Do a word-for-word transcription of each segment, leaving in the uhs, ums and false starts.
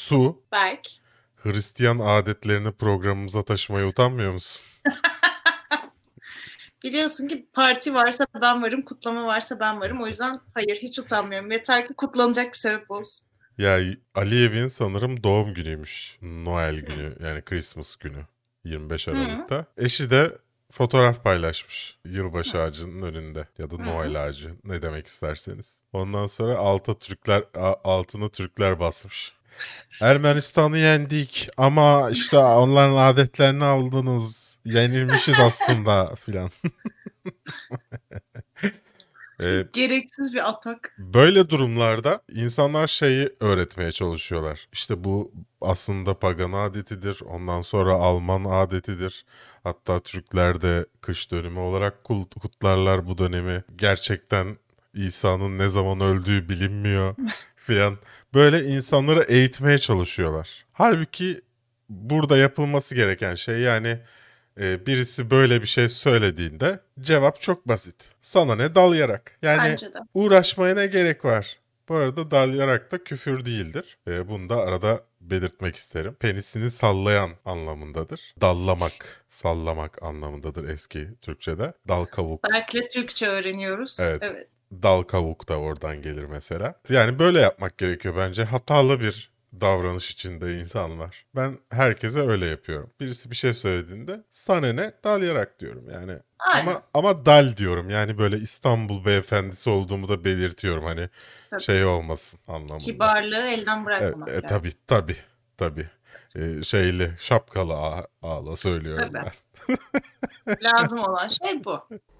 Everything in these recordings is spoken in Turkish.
Su, Berk. Hristiyan adetlerini programımıza taşımaya utanmıyor musun? Biliyorsun ki parti varsa ben varım, kutlama varsa ben varım. O yüzden hayır, hiç utanmıyorum. Yeter ki kutlanacak bir sebep olsun. Ya Aliyev'in sanırım doğum günüymüş. Noel günü, yani Christmas günü. yirmi beş Hı. Aralık'ta. Eşi de fotoğraf paylaşmış. Yılbaşı Hı. ağacının önünde ya da Hı. Noel ağacı, ne demek isterseniz. Ondan sonra alta Türkler a- altını Türkler basmış. Ermenistan'ı yendik ama işte onların adetlerini aldınız. Yenilmişiz aslında filan. Ee, Gereksiz bir atak. Böyle durumlarda insanlar şeyi öğretmeye çalışıyorlar. İşte bu aslında pagan adetidir. Ondan sonra Alman adetidir. Hatta Türkler de kış dönümü olarak kut- kutlarlar bu dönemi. Gerçekten İsa'nın ne zaman öldüğü bilinmiyor filan. Böyle insanları eğitmeye çalışıyorlar. Halbuki burada yapılması gereken şey, yani e, birisi böyle bir şey söylediğinde cevap çok basit. Sana ne, dal yarak. Yani Bence de. uğraşmaya ne gerek var? Bu arada dal yarak da küfür değildir. E, bunu da arada belirtmek isterim. Penisini sallayan anlamındadır. Dallamak, sallamak anlamındadır eski Türkçe'de. Dal kavuk. Berk'le Türkçe öğreniyoruz. Evet. Evet. Dal kavuk da oradan gelir mesela. Yani böyle yapmak gerekiyor bence. Hatalı bir davranış içinde insanlar. Ben herkese öyle yapıyorum. Birisi bir şey söylediğinde sana ne, dal yarak diyorum yani. Aynen. Ama ama dal diyorum. Yani böyle İstanbul beyefendisi olduğumu da belirtiyorum, hani Tabii. şey olmasın anlamında. Kibarlığı elden E, bırakmamak e, lazım. tabii tabii tabii. E, şeyli şapkalı ağa, ağla söylüyorum Tabii. ben. Lazım olan şey bu.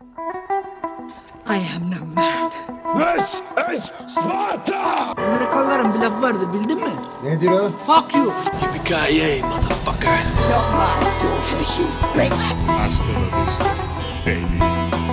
I am no man. This is Sparta! Amerikalıların bir lafı vardı, bildin mi? Nedir o? Fuck you. Yippee-ki-yay, motherfucker! Not my daughter, you bitch. Hasta la vista, baby.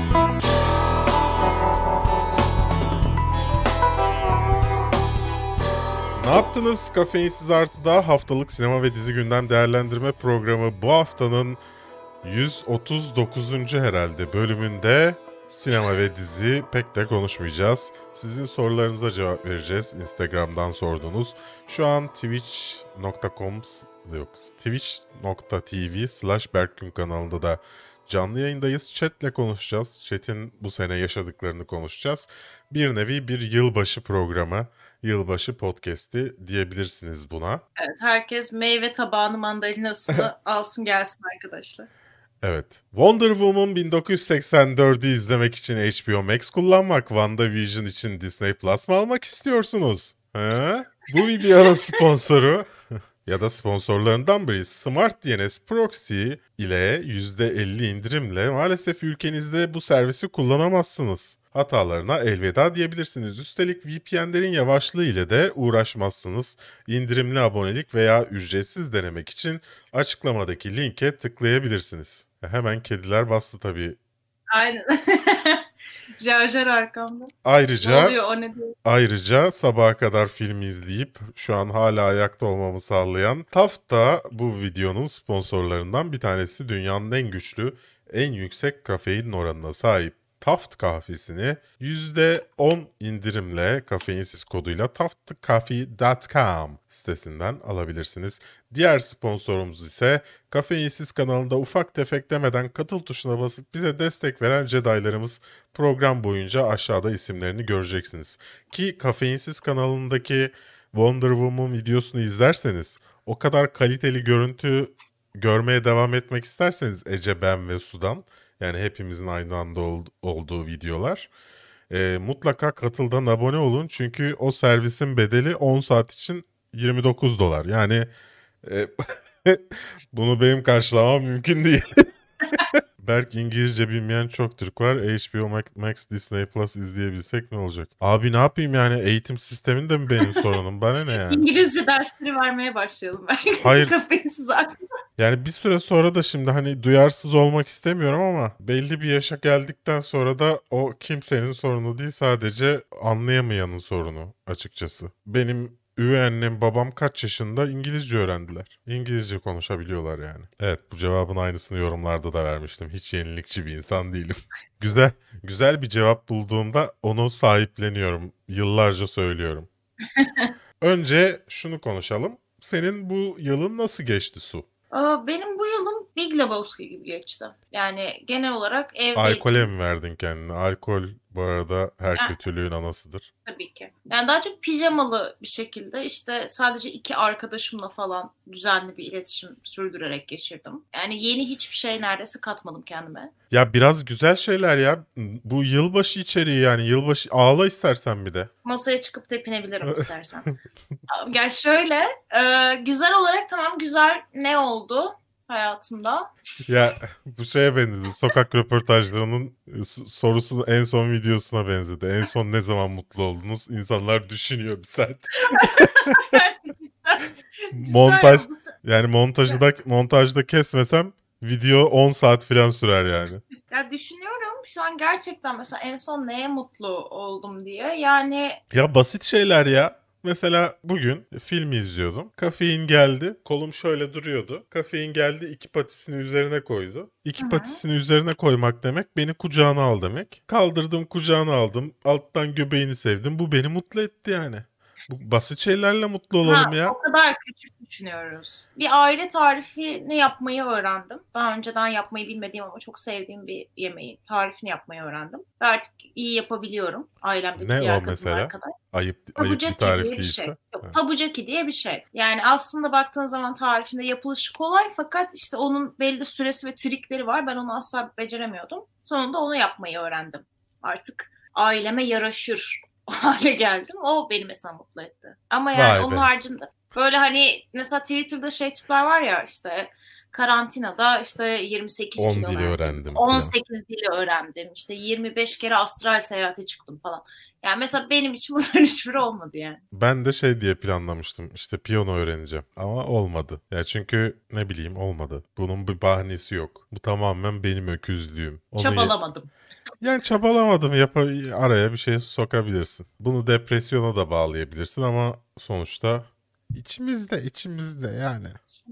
Ne yaptınız? Kafeinsiz Artı'da haftalık sinema ve dizi gündem değerlendirme programı bu haftanın yüz otuz dokuzuncu herhalde bölümünde sinema ve dizi pek de konuşmayacağız. Sizin sorularınıza cevap vereceğiz. Instagram'dan sordunuz. Şu an twitch nokta com yok twitch nokta tv slash berkgün kanalında da canlı yayındayız. Chat'le konuşacağız. Chat'in bu sene yaşadıklarını konuşacağız. Bir nevi bir yılbaşı programı, yılbaşı podcast'i diyebilirsiniz buna. Evet, herkes meyve tabağını, mandalinasını alsın gelsin arkadaşlar. Evet. Wonder Woman bin dokuz yüz seksen dördü izlemek için H B O Max kullanmak, WandaVision için Disney Plus mı almak istiyorsunuz? Ha? Bu videonun sponsoru ya da sponsorlarından biri Smart D N S Proxy ile yüzde elli indirimle maalesef ülkenizde bu servisi kullanamazsınız. Hatalarına elveda diyebilirsiniz. Üstelik V P N'lerin yavaşlığı ile de uğraşmazsınız. İndirimli abonelik veya ücretsiz denemek için açıklamadaki linke tıklayabilirsiniz. Hemen kediler bastı tabii. Aynen. Jar Jar arkamda. Ne Ayrıca oluyor o ne diyor? ayrıca sabaha kadar film izleyip şu an hala ayakta olmamı sağlayan Taft da bu videonun sponsorlarından bir tanesi. Dünyanın en güçlü, en yüksek kafein oranına sahip Taft kahvesini yüzde on indirimle kafeinsiz koduyla taft coffee nokta com sitesinden alabilirsiniz. Diğer sponsorumuz ise Kafeinsiz kanalında ufak tefek demeden katıl tuşuna basıp bize destek veren Jedi'larımız. Program boyunca aşağıda isimlerini göreceksiniz. Ki Kafeinsiz kanalındaki Wonder Woman videosunu izlerseniz, o kadar kaliteli görüntü görmeye devam etmek isterseniz Ece, ben ve Sudan, yani hepimizin aynı anda ol- olduğu videolar, e, mutlaka katıldan abone olun. Çünkü o servisin bedeli on saat için yirmi dokuz dolar. Yani e, bunu benim karşılamam mümkün değil. Berk, İngilizce bilmeyen çok Türk var. H B O Max, Disney Plus izleyebilsek ne olacak? Abi ne yapayım yani, eğitim sisteminde mi benim sorunum? Bana ne yani? İngilizce dersleri vermeye başlayalım belki. Hayır. Kafeinsiz artık. Yani bir süre sonra da şimdi hani duyarsız olmak istemiyorum ama belli bir yaşa geldikten sonra da o kimsenin sorunu değil, sadece anlayamayanın sorunu açıkçası. Benim üvey annem babam kaç yaşında İngilizce öğrendiler. İngilizce konuşabiliyorlar yani. Evet, bu cevabın aynısını yorumlarda da vermiştim. Hiç yenilikçi bir insan değilim. Güzel güzel bir cevap bulduğumda onu sahipleniyorum. Yıllarca söylüyorum. Önce şunu konuşalım. senin bu yılın nasıl geçti Su? Aa, Benim bu yılım Big Lebowski gibi geçti. Yani genel olarak evdeydim. Alkole mi verdin kendini? Alkol bu arada her Yani, kötülüğün anasıdır. tabii ki. Yani daha çok pijamalı bir şekilde işte sadece iki arkadaşımla falan düzenli bir iletişim sürdürerek geçirdim. Yani yeni hiçbir şey neredeyse katmadım kendime. Ya biraz güzel şeyler ya. Bu yılbaşı içeriği yani. Yılbaşı ağla istersen bir de. Masaya çıkıp tepinebilirim istersen. Ya şöyle, e, güzel olarak tamam güzel ne oldu hayatımda? Ya bu şeye benzedi. Sokak röportajlarının s- sorusu en son videosuna benzedi. En son ne zaman mutlu oldunuz? İnsanlar düşünüyor bir saat. Montaj yani montajı da montajda kesmesem video on saat falan sürer yani. Ya düşünüyorum şu an gerçekten mesela en son neye mutlu oldum diye. Yani Ya basit şeyler ya. Mesela bugün film izliyordum. Kafein geldi. Kolum şöyle duruyordu. Kafein geldi, iki patisini üzerine koydu. İki Hı hı. patisini üzerine koymak demek beni kucağına al demek. Kaldırdım, kucağına aldım. Alttan göbeğini sevdim. Bu beni mutlu etti yani. Bu basit şeylerle mutlu olalım ha, ya. o kadar küçük düşünüyoruz. Bir aile tarifini yapmayı öğrendim. Daha önceden yapmayı bilmediğim ama çok sevdiğim bir yemeğin tarifini yapmayı öğrendim. Ve artık iyi yapabiliyorum. Ailemdeki Ne diğer o kadınlar mesela? kadar. Ayıp ayıp bir Tabujaki tarif diye bir şey. değilse. Yok, Ha. tabujaki diye bir şey. Yani aslında baktığın zaman tarifinde yapılışı kolay fakat işte onun belli süresi ve trikleri var. Ben onu asla beceremiyordum. Sonunda onu yapmayı öğrendim. Artık aileme yaraşır o hale geldim. O beni mesela mutlu etti. Ama yani Vay onun be. haricinde böyle hani mesela Twitter'da şey tipler var ya işte karantinada işte yirmi sekiz on kilo dili verdim. öğrendim falan. on sekiz dili öğrendim. İşte yirmi beş kere astral seyahate çıktım falan. Yani mesela benim için bunların hiçbiri olmadı yani. Ben de şey diye planlamıştım. İşte piyano öğreneceğim. Ama olmadı. Ya çünkü ne bileyim olmadı. Bunun bir bahanesi yok. Bu tamamen benim öküzlüğüm. Onu ye- Çabalamadım. Yani çabalamadım. Yap araya bir şey sokabilirsin. Bunu depresyona da bağlayabilirsin ama sonuçta içimizde, içimizde yani.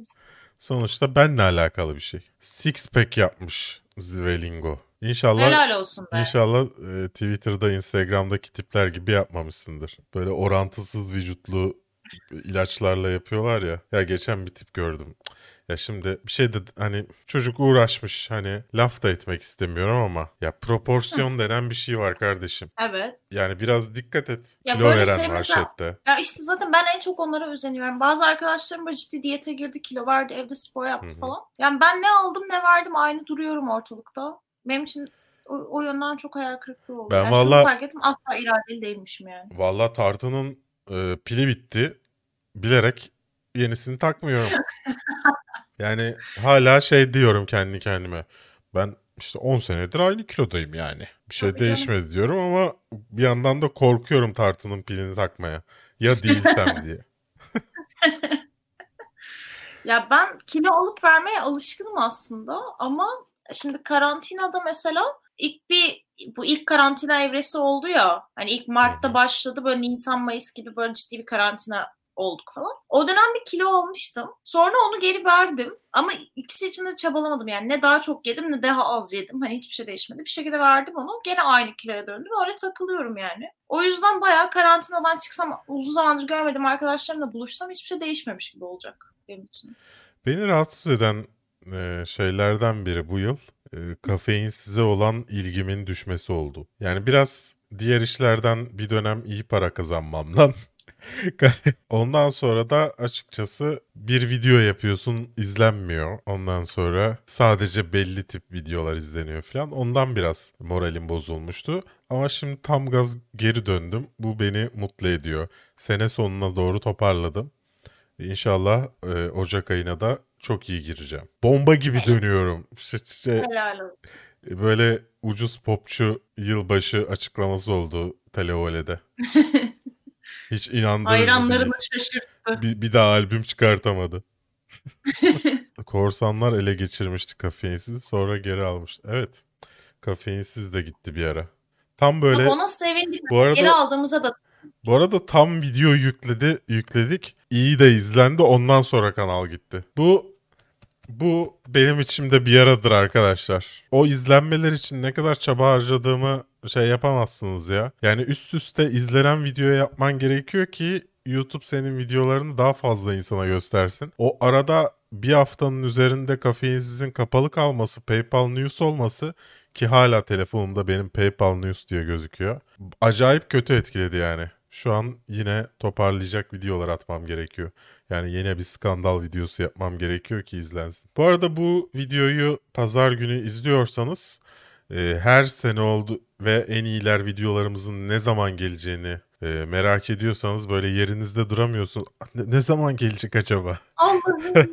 Sonuçta benle alakalı bir şey. Six pack yapmış Zwelingo. İnşallah Helal olsun be. İnşallah e, Twitter'da, Instagram'daki tipler gibi yapmamışsındır. Böyle orantısız vücutlu ilaçlarla yapıyorlar ya. Ya geçen bir tip gördüm. Ya şimdi bir şey de hani çocuk uğraşmış hani laf da etmek istemiyorum ama ya proporsiyon denen bir şey var kardeşim. Evet. Yani biraz dikkat et. Ya Kilo böyle veren şey var mesela- chatte. Ya işte zaten ben en çok onlara özeniyorum. Bazı arkadaşlarım böyle ciddi diyete girdi, kilo verdi, evde spor yaptı Hı hı. falan. Yani ben ne aldım ne verdim aynı duruyorum ortalıkta. Benim için o, o yönden çok hayal kırıklığı oldu. Ben yani vallahi- şunu fark ettim asla iradeli değilmişim yani. Vallahi tartının e, pili bitti. Bilerek yenisini takmıyorum. Yani hala şey diyorum kendi kendime. Ben işte on senedir aynı kilodayım yani. Bir şey Tabii canım. değişmedi diyorum ama bir yandan da korkuyorum tartının pilini takmaya. Ya değilsem diye. Ya ben kilo alıp vermeye alışkınım aslında ama şimdi karantinada mesela ilk bir bu ilk karantina evresi oldu ya. Hani ilk Mart'ta Hı hı. başladı böyle Nisan Mayıs gibi böyle ciddi bir karantina olduk falan. O dönem bir kilo almıştım. Sonra onu geri verdim. Ama ikisi için de çabalamadım yani. Ne daha çok yedim ne daha az yedim. Hani hiçbir şey değişmedi. Bir şekilde verdim onu. Gene aynı kiloya döndüm. Öyle takılıyorum yani. O yüzden bayağı karantinadan çıksam uzun zamandır görmediğim arkadaşlarımla buluşsam hiçbir şey değişmemiş gibi olacak benim için. Beni rahatsız eden e, şeylerden biri bu yıl e, kafein size olan ilgimin düşmesi oldu. Yani biraz diğer işlerden bir dönem iyi para kazanmamdan. Ondan sonra da açıkçası bir video yapıyorsun izlenmiyor. Ondan sonra sadece belli tip videolar izleniyor falan. Ondan biraz moralim bozulmuştu. Ama şimdi tam gaz geri döndüm. Bu beni mutlu ediyor. Sene sonuna doğru toparladım. İnşallah e, Ocak ayına da çok iyi gireceğim. Bomba gibi dönüyorum. Şey, şey, Helal olsun. böyle ucuz popçu yılbaşı açıklaması oldu Televole'de. Hiç inandırıcı değil. Hayranlarını şaşırttı. Bir, bir daha albüm çıkartamadı. Korsanlar ele geçirmişti kafeinsiz, sonra geri almıştı. Evet, kafeinsiz de gitti bir ara. Tam böyle Bak ona sevindim. bu arada Geri aldığımıza da bu arada tam video yükledi yükledik. İyi de izlendi. Ondan sonra kanal gitti. Bu bu benim içimde bir yaradır arkadaşlar. O izlenmeler için ne kadar çaba harcadığımı şey yapamazsınız ya. Yani üst üste izlenen video yapman gerekiyor ki YouTube senin videolarını daha fazla insana göstersin. O arada bir haftanın üzerinde Kafeinsiz'in kapalı kalması, PayPal News olması ki hala telefonumda benim PayPal News diye gözüküyor. Acayip kötü etkiledi yani. Şu an yine toparlayacak videolar atmam gerekiyor. Yani yine bir skandal videosu yapmam gerekiyor ki izlensin. Bu arada bu videoyu pazar günü izliyorsanız e, her sene oldu ve en iyiler videolarımızın ne zaman geleceğini e, merak ediyorsanız böyle yerinizde duramıyorsun. Ne, ne zaman gelecek acaba? Allah'ım.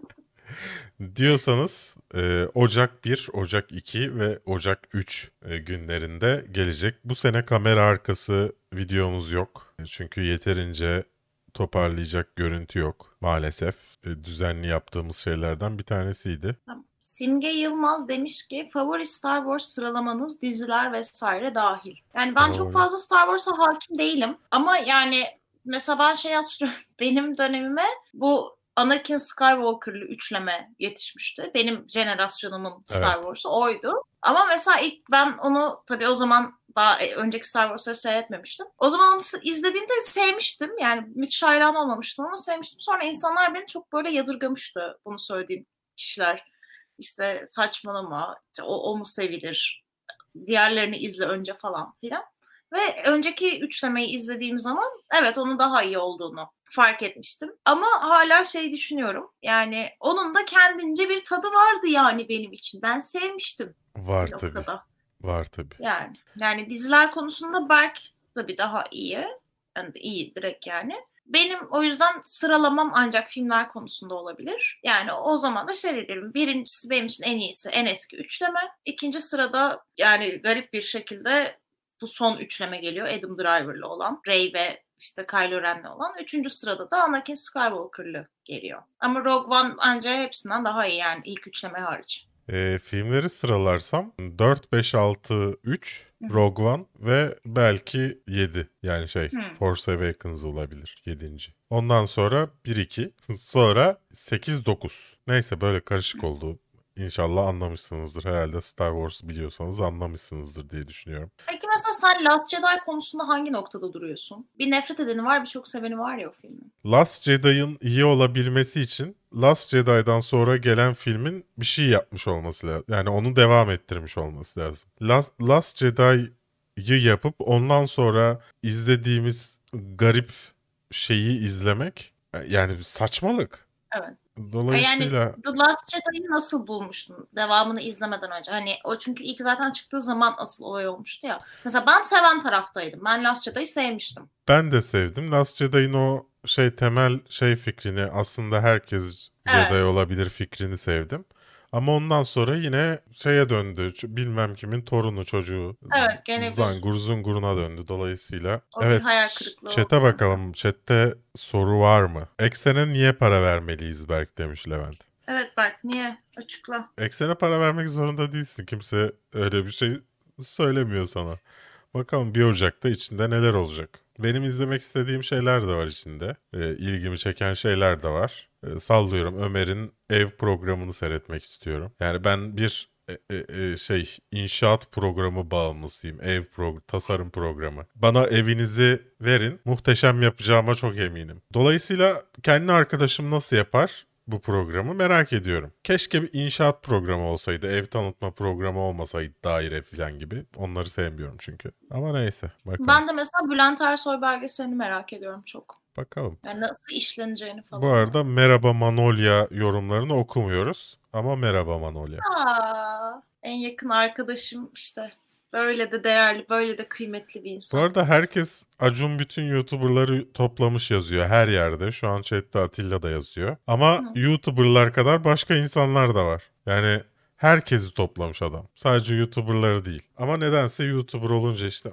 Diyorsanız e, Ocak bir, Ocak iki ve Ocak üç e, günlerinde gelecek. Bu sene kamera arkası videomuz yok. Çünkü yeterince toparlayacak görüntü yok maalesef. E, düzenli yaptığımız şeylerden bir tanesiydi. Simge Yılmaz demiş ki favori Star Wars sıralamanız diziler vesaire dahil. Yani ben Doğru. çok fazla Star Wars'a hakim değilim. Ama yani mesela ben şey hatırlıyorum. Benim dönemime bu Anakin Skywalker'lı üçleme yetişmişti. Benim jenerasyonumun Star Evet. Wars'u oydu. Ama mesela ilk ben onu tabii o zaman daha önceki Star Wars'ları seyretmemiştim. O zaman onu izlediğimde sevmiştim. Yani müthiş hayran olmamıştım ama sevmiştim. Sonra insanlar beni çok böyle yadırgamıştı bunu söylediğim kişiler. İşte saçmalama, işte o, o mu sevilir, diğerlerini izle önce falan filan. Ve önceki üçlemeyi izlediğim zaman evet onun daha iyi olduğunu fark etmiştim. Ama hala şey düşünüyorum. Yani onun da kendince bir tadı vardı yani benim için. Ben sevmiştim. Var bir tabii. noktada. Var tabii. Yani yani diziler konusunda Berk tabii daha iyi. Yani iyi direkt yani. Benim o yüzden sıralamam ancak filmler konusunda olabilir. Yani o zaman da şey derim. Birincisi benim için en iyisi en eski üçleme. İkinci sırada yani garip bir şekilde bu son üçleme geliyor. Adam Driver'lı olan. Rey ve işte Kylo Ren'li olan. Üçüncü sırada da Anakin Skywalker'lı geliyor. Ama Rogue One ancak hepsinden daha iyi yani ilk üçleme hariç. E, filmleri sıralarsam dört, beş, altı, üç, Rogue One ve belki yedi. Yani şey Hı. Force Awakens olabilir yedinci. Ondan sonra bir iki. Sonra sekiz, dokuz. Neyse böyle karışık oldu. İnşallah anlamışsınızdır. Herhalde Star Wars biliyorsanız anlamışsınızdır diye düşünüyorum. Peki mesela sen Last Jedi konusunda hangi noktada duruyorsun? Bir nefret edeni var, birçok seveni var ya o filmin. Last Jedi'ın iyi olabilmesi için Last Jedi'dan sonra gelen filmin bir şey yapmış olması lazım. Yani onu devam ettirmiş olması lazım. Last, Last Jedi'yi yapıp ondan sonra izlediğimiz garip şeyi izlemek yani bir saçmalık. Evet. Dolayısıyla Yani The Last Jedi'yi nasıl bulmuştun devamını izlemeden önce? Hani o çünkü ilk zaten çıktığı zaman asıl olay olmuştu ya. Mesela ben seven taraftaydım. Ben Last Jedi'yi sevmiştim. ben de sevdim. Last Jedi'nin o şey temel şey fikrini aslında herkes Evet. Jedi olabilir fikrini sevdim. Ama ondan sonra yine şeye döndü. Ç- Bilmem kimin torunu çocuğu. Evet, gene bir- Zangur zunguruna döndü dolayısıyla. O bir evet. hayal kırıklığı Chat'e oldu. bakalım. Chat'te soru var mı? Eksen'e niye para vermeliyiz Berk demiş Levent. Evet bak niye? Açıkla. Eksen'e para vermek zorunda değilsin. Kimse öyle bir şey söylemiyor sana. Bakalım bir Ocak'ta içinde neler olacak. Benim izlemek istediğim şeyler de var içinde. E, ilgimi çeken şeyler de var. E, sallıyorum Ömer'in ev programını seyretmek istiyorum. Yani ben bir e, e, e, şey inşaat programı bağımlısıyım. Ev pro tasarım programı. Bana evinizi verin. Muhteşem yapacağıma çok eminim. Dolayısıyla kendi arkadaşım nasıl yapar? Bu programı merak ediyorum. Keşke bir inşaat programı olsaydı, ev tanıtma programı olmasaydı, daire falan gibi. Onları sevmiyorum çünkü. Ama neyse, bakalım. Ben de mesela Bülent Ersoy belgeselini merak ediyorum çok. Bakalım. Yani nasıl işleneceğini falan. Bu arada Merhaba Manolya yorumlarını okumuyoruz. Ama Merhaba Manolya. Aa, en yakın arkadaşım işte. Böyle de değerli, böyle de kıymetli bir Bu insan. arada herkes Acun bütün YouTuber'ları toplamış yazıyor her yerde. Şu an chatte Atilla da yazıyor. Ama Hı. YouTuber'lar kadar başka insanlar da var. Yani herkesi toplamış adam. Sadece YouTuber'ları değil. Ama nedense YouTuber olunca işte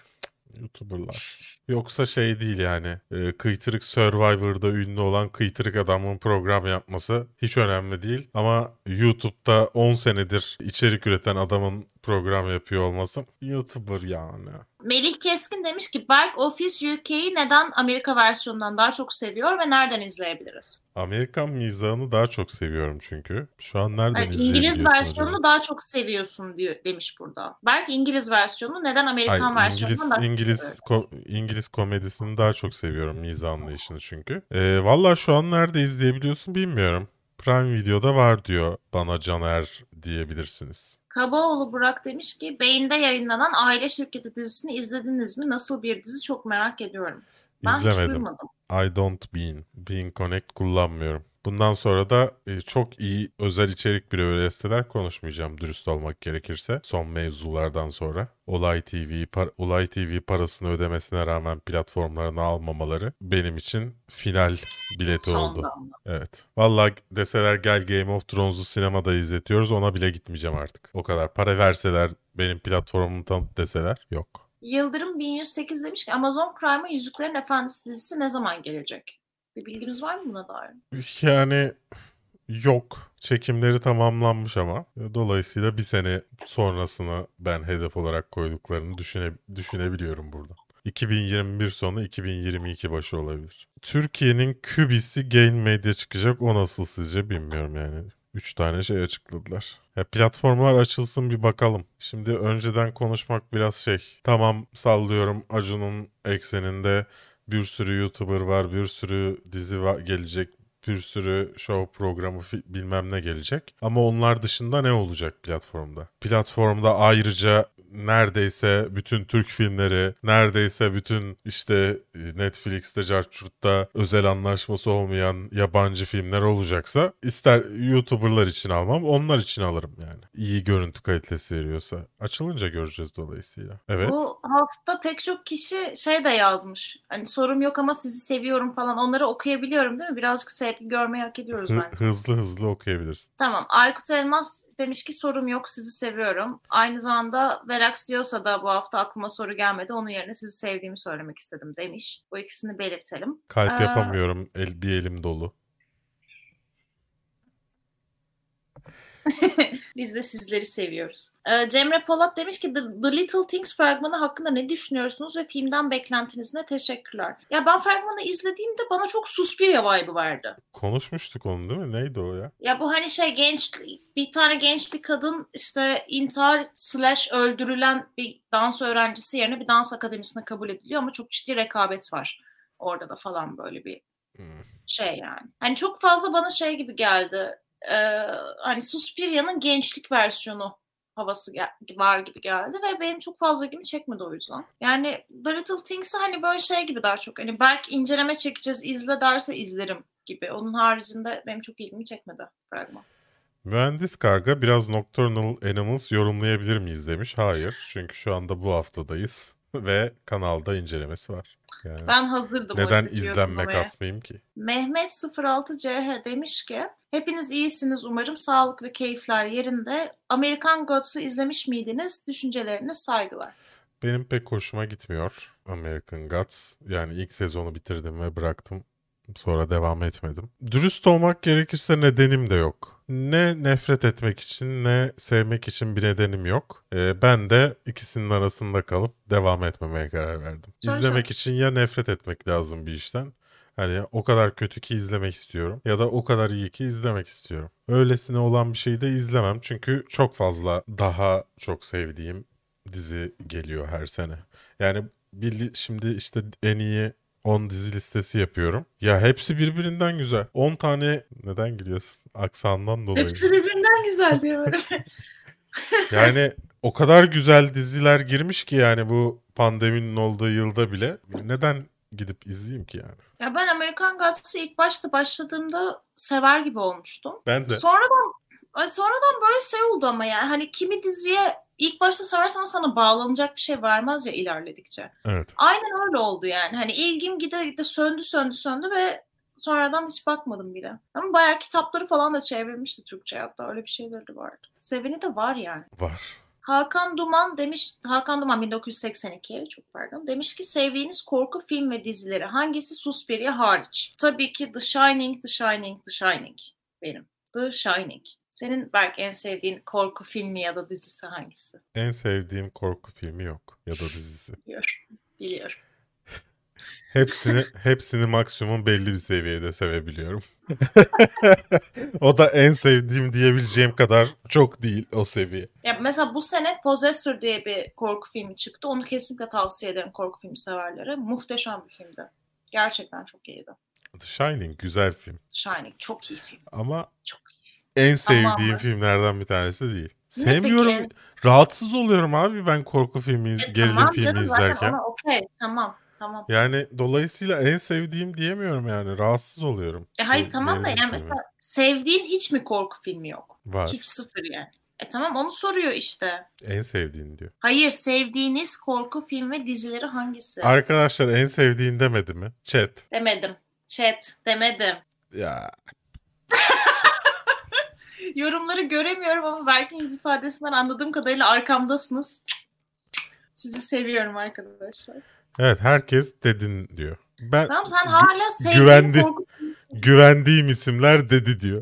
YouTuber'lar. Yoksa şey değil yani. E, Kıytırık Survivor'da ünlü olan kıytırık adamın program yapması hiç önemli değil. Ama YouTube'da on senedir içerik üreten adamın program yapıyor olması. YouTuber yani. Melih Keskin demiş ki Berk Office U K'yi neden Amerika versiyonundan daha çok seviyor ve nereden izleyebiliriz? Amerikan mizahını daha çok seviyorum çünkü. Şu an nereden Yani izleyebiliyorsun İngiliz versiyonunu acaba? daha çok seviyorsun diyor, demiş burada. Berk İngiliz versiyonu neden Amerikan Hayır, versiyonundan İngiliz daha çok İngiliz seviyor? ko- İngiliz komedisini daha çok seviyorum, mizah anlayışını çünkü. Ee, Valla şu an nerede izleyebiliyorsun bilmiyorum. Prime Video'da var diyor bana Caner, diyebilirsiniz. Kabaoğlu Burak demiş ki Beyin'de yayınlanan Aile Şirketi dizisini izlediniz mi? Nasıl bir dizi çok merak ediyorum. Ben hiç İzlemedim. duymadım. I don't Bean. Bean Connect kullanmıyorum. Bundan sonra da e, çok iyi özel içerik üretseler konuşmayacağım dürüst olmak gerekirse. Son mevzulardan sonra. Olay T V, par- Olay T V parasını ödemesine rağmen platformlarını almamaları benim için final bileti oldu. Sondan. Evet. Vallahi deseler gel Game of Thrones'u sinemada izletiyoruz, ona bile gitmeyeceğim artık. O kadar. Para verseler, benim platformumu tanıt deseler yok. Yıldırım bin yüz sekiz demiş ki Amazon Prime'a Yüzüklerin Efendisi dizisi ne zaman gelecek? Bir bilgimiz var mı buna dair? Yani yok. Çekimleri tamamlanmış ama. Dolayısıyla bir sene sonrasını ben hedef olarak koyduklarını düşüne, düşünebiliyorum burada. iki bin yirmi bir sonu iki bin yirmi iki başı olabilir. Türkiye'nin Kübisi Gain Media çıkacak. O nasıl sizce bilmiyorum yani. Üç tane şey açıkladılar. Ya platformlar açılsın bir bakalım. Şimdi önceden konuşmak biraz şey. Tamam, sallıyorum, Acun'un ekseninde bir sürü YouTuber var, bir sürü dizi var, gelecek, bir sürü show programı fi- bilmem ne gelecek. Ama onlar dışında ne olacak platformda? Platformda ayrıca neredeyse bütün Türk filmleri, neredeyse bütün işte Netflix'te, Carchurt'ta özel anlaşması olmayan yabancı filmler olacaksa ister YouTuber'lar için almam, onlar için alırım yani. İyi görüntü kalitesi veriyorsa. Açılınca göreceğiz dolayısıyla. Evet. Bu hafta pek çok kişi şey de yazmış. Hani sorum yok ama sizi seviyorum falan. Onları okuyabiliyorum değil mi? Birazcık sevgi görmeyi hak ediyoruz Hı- bence. hızlı hızlı okuyabilirsin. Tamam. Aykut Elmas demiş ki sorum yok, sizi seviyorum. Aynı zamanda Verax diyorsa da bu hafta aklıma soru gelmedi. Onun yerine sizi sevdiğimi söylemek istedim demiş. Bu ikisini belirtelim. Kalp Ee, yapamıyorum. El, bir elim dolu. Biz de sizleri seviyoruz. Ee, Cemre Polat demiş ki The, The Little Things fragmanı hakkında ne düşünüyorsunuz ve filmden beklentiniz ne? Teşekkürler. Ya ben fragmanı izlediğimde bana çok Suspiria vibe'ı verdi. Konuşmuştuk onu değil mi? Neydi o ya? Ya bu hani şey genç bir tane genç bir kadın işte intihar slash öldürülen bir dans öğrencisi yerine bir dans akademisine kabul ediliyor ama çok ciddi rekabet var orada da falan böyle bir Hmm. şey yani. Hani çok fazla bana şey gibi geldi. Ee, hani Suspiria'nın gençlik versiyonu havası gel- var gibi geldi ve benim çok fazla ilgimi çekmedi o yüzden. Yani The Little Things'i hani böyle şey gibi daha çok hani belki inceleme çekeceğiz, izle derse izlerim gibi. Onun haricinde benim çok ilgimi çekmedi fragman. Mühendis Karga biraz Nocturnal Animals yorumlayabilir miyiz demiş. Hayır. Çünkü şu anda bu haftadayız ve kanalda incelemesi var. Yani Ben hazırdım. neden oysa ki izlenme yorumlamaya. kasmayayım ki? Mehmet sıfır altı C H demiş ki hepiniz iyisiniz umarım, sağlık ve keyifler yerinde. American Gods'u izlemiş miydiniz? Düşünceleriniz saygılar. Benim pek hoşuma gitmiyor American Gods. Yani ilk sezonu bitirdim ve bıraktım. Sonra devam etmedim. Dürüst olmak gerekirse nedenim de yok. Ne nefret etmek için ne sevmek için bir nedenim yok. Ee, ben de ikisinin arasında kalıp devam etmemeye karar verdim. Söyle İzlemek söyle. için ya nefret etmek lazım bir işten. Hani o kadar kötü ki izlemek istiyorum. Ya da o kadar iyi ki izlemek istiyorum. Öylesine olan bir şeyi de izlemem. Çünkü çok fazla daha çok sevdiğim dizi geliyor her sene. Yani bir, şimdi işte en iyi on dizi listesi yapıyorum. Ya hepsi birbirinden güzel. on tane neden gülüyorsun? Aksandan dolayı. Hepsi birbirinden güzel diyor böyle. Yani o kadar güzel diziler girmiş ki yani bu pandeminin olduğu yılda bile. Neden gidip izleyeyim ki yani? Ya ben American Gods'ı ilk başta başladığımda sever gibi olmuştum. Ben de. Sonradan ay sonradan böyle şey oldu ama yani hani kimi diziye ilk başta seversen sana bağlanacak bir şey vermez ya ilerledikçe. Evet. Aynen öyle oldu yani. Hani ilgim gide gide söndü söndü söndü ve sonradan hiç bakmadım bile. Ama bayağı kitapları falan da çevrilmişti Türkçe, hatta öyle bir şeyleri de vardı. Seveni de var yani. Var. Hakan Duman demiş, Hakan Duman bin dokuz yüz seksen iki, çok pardon. Demiş ki sevdiğiniz korku film ve dizileri hangisi Suspiria hariç? Tabii ki The Shining, The Shining, The Shining benim. The Shining. Senin belki en sevdiğin korku filmi ya da dizisi hangisi? En sevdiğim korku filmi yok ya da dizisi. Biliyorum. Biliyorum. Hepsini hepsini maksimum belli bir seviyede sevebiliyorum. O da en sevdiğim diyebileceğim kadar çok değil o seviye. Ya mesela bu sene Possessor diye bir korku filmi çıktı. Onu kesinlikle tavsiye ederim korku filmi severlere. Muhteşem bir filmdi. Gerçekten çok iyiydi. The Shining güzel film. Shining çok iyi film. Ama Çok iyi. en sevdiğim Tamam. filmlerden bir tanesi değil. Ne Sevmiyorum. peki? Rahatsız oluyorum abi ben korku filmi, E, gerilim tamam filmi canım, zaten izlerken. ona okey. Tamam. Tamam. Yani dolayısıyla en sevdiğim diyemiyorum yani. Rahatsız oluyorum. E hayır Ge- tamam da gerilim yani filmi. mesela sevdiğin hiç mi korku filmi yok? Var. Hiç sıfır yani. E tamam onu soruyor işte. En sevdiğin diyor. Hayır sevdiğiniz korku film ve dizileri hangisi? Arkadaşlar en sevdiğin demedi mi? Chat. Demedim. Chat demedim. Ya Yorumları göremiyorum ama belki yüz ifadesinden anladığım kadarıyla arkamdasınız. Sizi seviyorum arkadaşlar. evet herkes dedin diyor. Ben Tamam sen hala sevdiğin güvendi. korku güvendiğim isimler dedi diyor.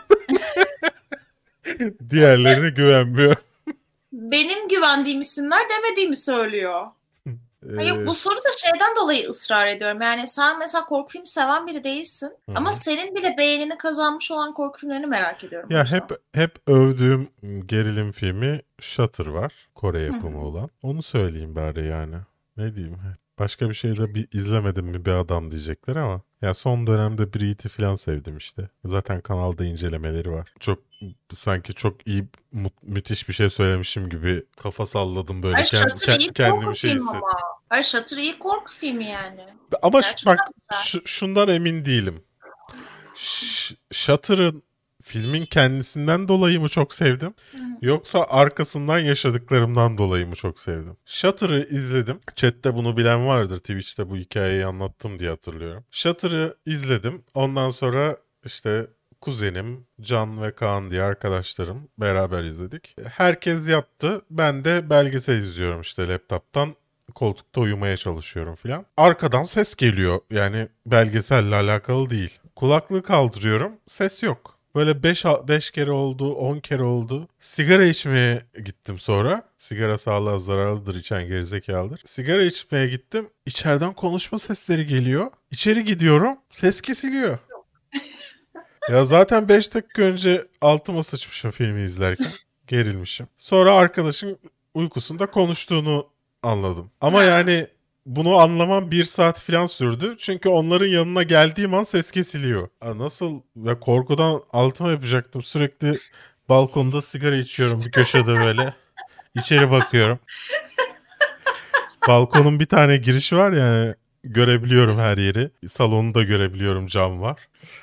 Diğerlerine güvenmiyor. benim güvendiğim isimler demediğimi söylüyor. Hayır, bu soru da şeyden dolayı ısrar ediyorum. Yani sen mesela korku filmi seven biri değilsin. Hı-hı. Ama senin bile beğenini kazanmış olan korku filmlerini merak ediyorum. Ya hep hep övdüğüm gerilim filmi Shutter var. Kore yapımı Hı-hı. olan. Onu söyleyeyim bari yani. Ne diyeyim? Başka bir şey de bir izlemedim mi bir adam diyecekler ama. Ya son dönemde Breed'i falan sevdim işte. Zaten kanalda incelemeleri var. Çok sanki çok iyi mü- müthiş bir şey söylemişim gibi kafa salladım böyle. Ay Kend- Shutter iyi ke- kendimi korku şey filmi hissettim. ama. Ay Shutter iyi korku filmi yani. Ama şu, Gerçekten bak güzel. şu- şundan emin değilim. Ş- Shutter'ın filmin kendisinden dolayı mı çok sevdim? Hı. Yoksa arkasından yaşadıklarımdan dolayı mı çok sevdim? Shutter'ı izledim. Chat'te bunu bilen vardır. Twitch'te bu hikayeyi anlattım diye hatırlıyorum. Shutter'ı izledim. Ondan sonra işte kuzenim, Can ve Kaan diye arkadaşlarım beraber izledik. Herkes yattı. Ben de belgesel izliyorum işte laptop'tan. Koltukta uyumaya çalışıyorum filan. Arkadan ses geliyor. Yani belgeselle alakalı değil. Kulaklığı kaldırıyorum. Ses yok. Böyle beş kere oldu, on kere oldu. Sigara içmeye gittim sonra. Sigara sağlığa zararlıdır, içen gerizekalıdır. Sigara içmeye gittim. İçeriden konuşma sesleri geliyor. İçeri gidiyorum. Ses kesiliyor. Ya zaten beş dakika önce altıma sıçmışım filmi izlerken. Gerilmişim. Sonra arkadaşın uykusunda konuştuğunu anladım. Ama yani bunu anlamam bir saat falan sürdü. Çünkü onların yanına geldiğim an ses kesiliyor. Ya nasıl ve korkudan altıma yapacaktım. Sürekli balkonda sigara içiyorum bir köşede böyle. İçeri bakıyorum. Balkonun bir tane girişi var yani görebiliyorum her yeri. Salonu da görebiliyorum, cam var.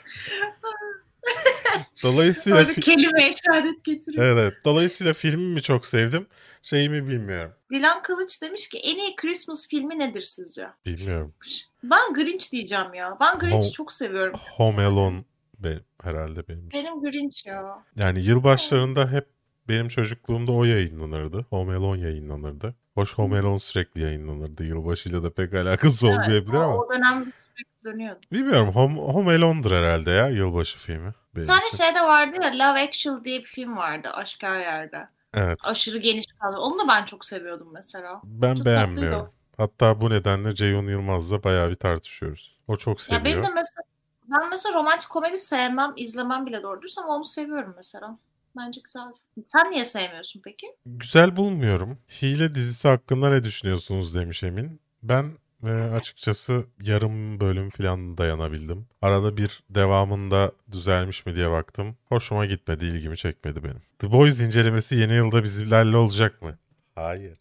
Dolayısıyla Orada fi- kelime işaret getiriyor. evet, evet. Dolayısıyla filmi mi çok sevdim, şeyimi bilmiyorum. Dilan Kılıç demiş ki en iyi Christmas filmi nedir sizce? Bilmiyorum. Ben Grinch diyeceğim ya. Ben Grinch'i Home- çok seviyorum. Home Alone benim, herhalde benim. Benim Grinch ya. Yani yılbaşlarında hep benim çocukluğumda o yayınlanırdı. Home Alone yayınlanırdı. Hoş Home Alone sürekli yayınlanırdı. Yılbaşıyla da pek alakası Evet, olmayabilir o, ama. o dönem sürekli dönüyordu. Bilmiyorum. Home, Home Alone'dur herhalde ya yılbaşı filmi. Benim Bir tane için. şey de vardı ya Love Actually diye bir film vardı. Aşk Her Yerde. Evet. Aşırı geniş kadro. Onu da ben çok seviyordum mesela. Ben Çok beğenmiyorum. tatlıydı Hatta bu nedenle Ceyhun Yılmaz'la bayağı bir tartışıyoruz. O çok Ya seviyor. benim de mesela ben mesela romantik komedi sevmem, izlemem bile doğru dürüst ama onu seviyorum mesela. Bence güzel. Sen niye sevmiyorsun peki? Güzel bulmuyorum. Hile dizisi hakkında ne düşünüyorsunuz demiş Emin. Ben e, açıkçası yarım bölüm falan dayanabildim. Arada bir devamında düzelmiş mi diye baktım. Hoşuma gitmedi, ilgimi çekmedi benim. The Boys incelemesi yeni yılda bizlerle olacak mı? Hayır.